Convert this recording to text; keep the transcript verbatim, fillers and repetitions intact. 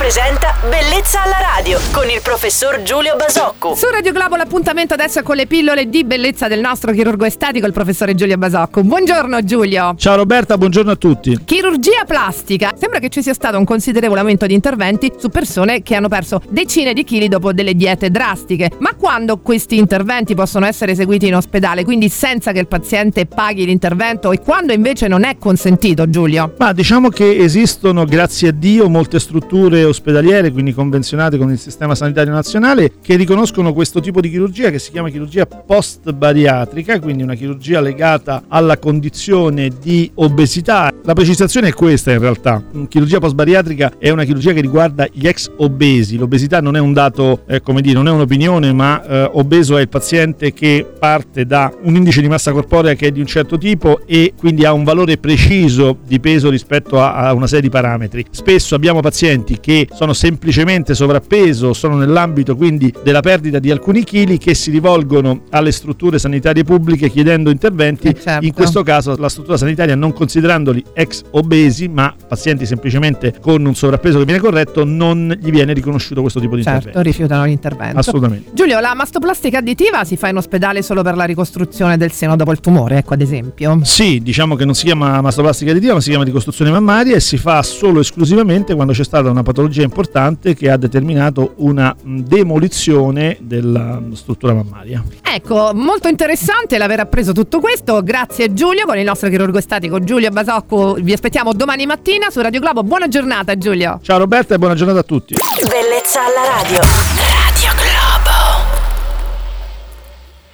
presenta Bellezza alla radio con il professor Giulio Basocco. Su Radio Globo l'appuntamento adesso è con le pillole di bellezza del nostro chirurgo estetico, il professore Giulio Basocco. Buongiorno Giulio. Ciao Roberta, buongiorno a tutti. Chirurgia plastica. Sembra che ci sia stato un considerevole aumento di interventi su persone che hanno perso decine di chili dopo delle diete drastiche. Ma quando questi interventi possono essere eseguiti in ospedale, quindi senza che il paziente paghi l'intervento, e quando invece non è consentito, Giulio? Ma diciamo che esistono, grazie a Dio, molte strutture ospedaliere, quindi convenzionate con il sistema sanitario nazionale, che riconoscono questo tipo di chirurgia che si chiama chirurgia post-bariatrica, quindi una chirurgia legata alla condizione di obesità. La precisazione è questa in realtà: chirurgia post-bariatrica è una chirurgia che riguarda gli ex obesi. L'obesità non è un dato, eh, come dire, non è un'opinione, ma eh, obeso è il paziente che parte da un indice di massa corporea che è di un certo tipo e quindi ha un valore preciso di peso rispetto a, a una serie di parametri. Spesso abbiamo pazienti che sono semplicemente sovrappeso, sono nell'ambito quindi della perdita di alcuni chili, che si rivolgono alle strutture sanitarie pubbliche chiedendo interventi. Eh certo. In questo caso la struttura sanitaria, non considerandoli ex obesi ma pazienti semplicemente con un sovrappeso che viene corretto, non gli viene riconosciuto questo tipo di certo, intervento. rifiutano l'intervento. Assolutamente. Giulio, la mastoplastica additiva si fa in ospedale solo per la ricostruzione del seno dopo il tumore, ecco, ad esempio? Sì, diciamo che non si chiama mastoplastica additiva, ma si chiama ricostruzione mammaria, e si fa solo esclusivamente quando c'è stata una patologia importante che ha determinato una demolizione della struttura mammaria. Ecco, molto interessante l'aver appreso tutto questo. Grazie Giulio, con il nostro chirurgo estetico Giulio Basocco. Vi aspettiamo domani mattina su Radio Globo. Buona giornata Giulio. Ciao Roberta e buona giornata a tutti. Bellezza alla radio.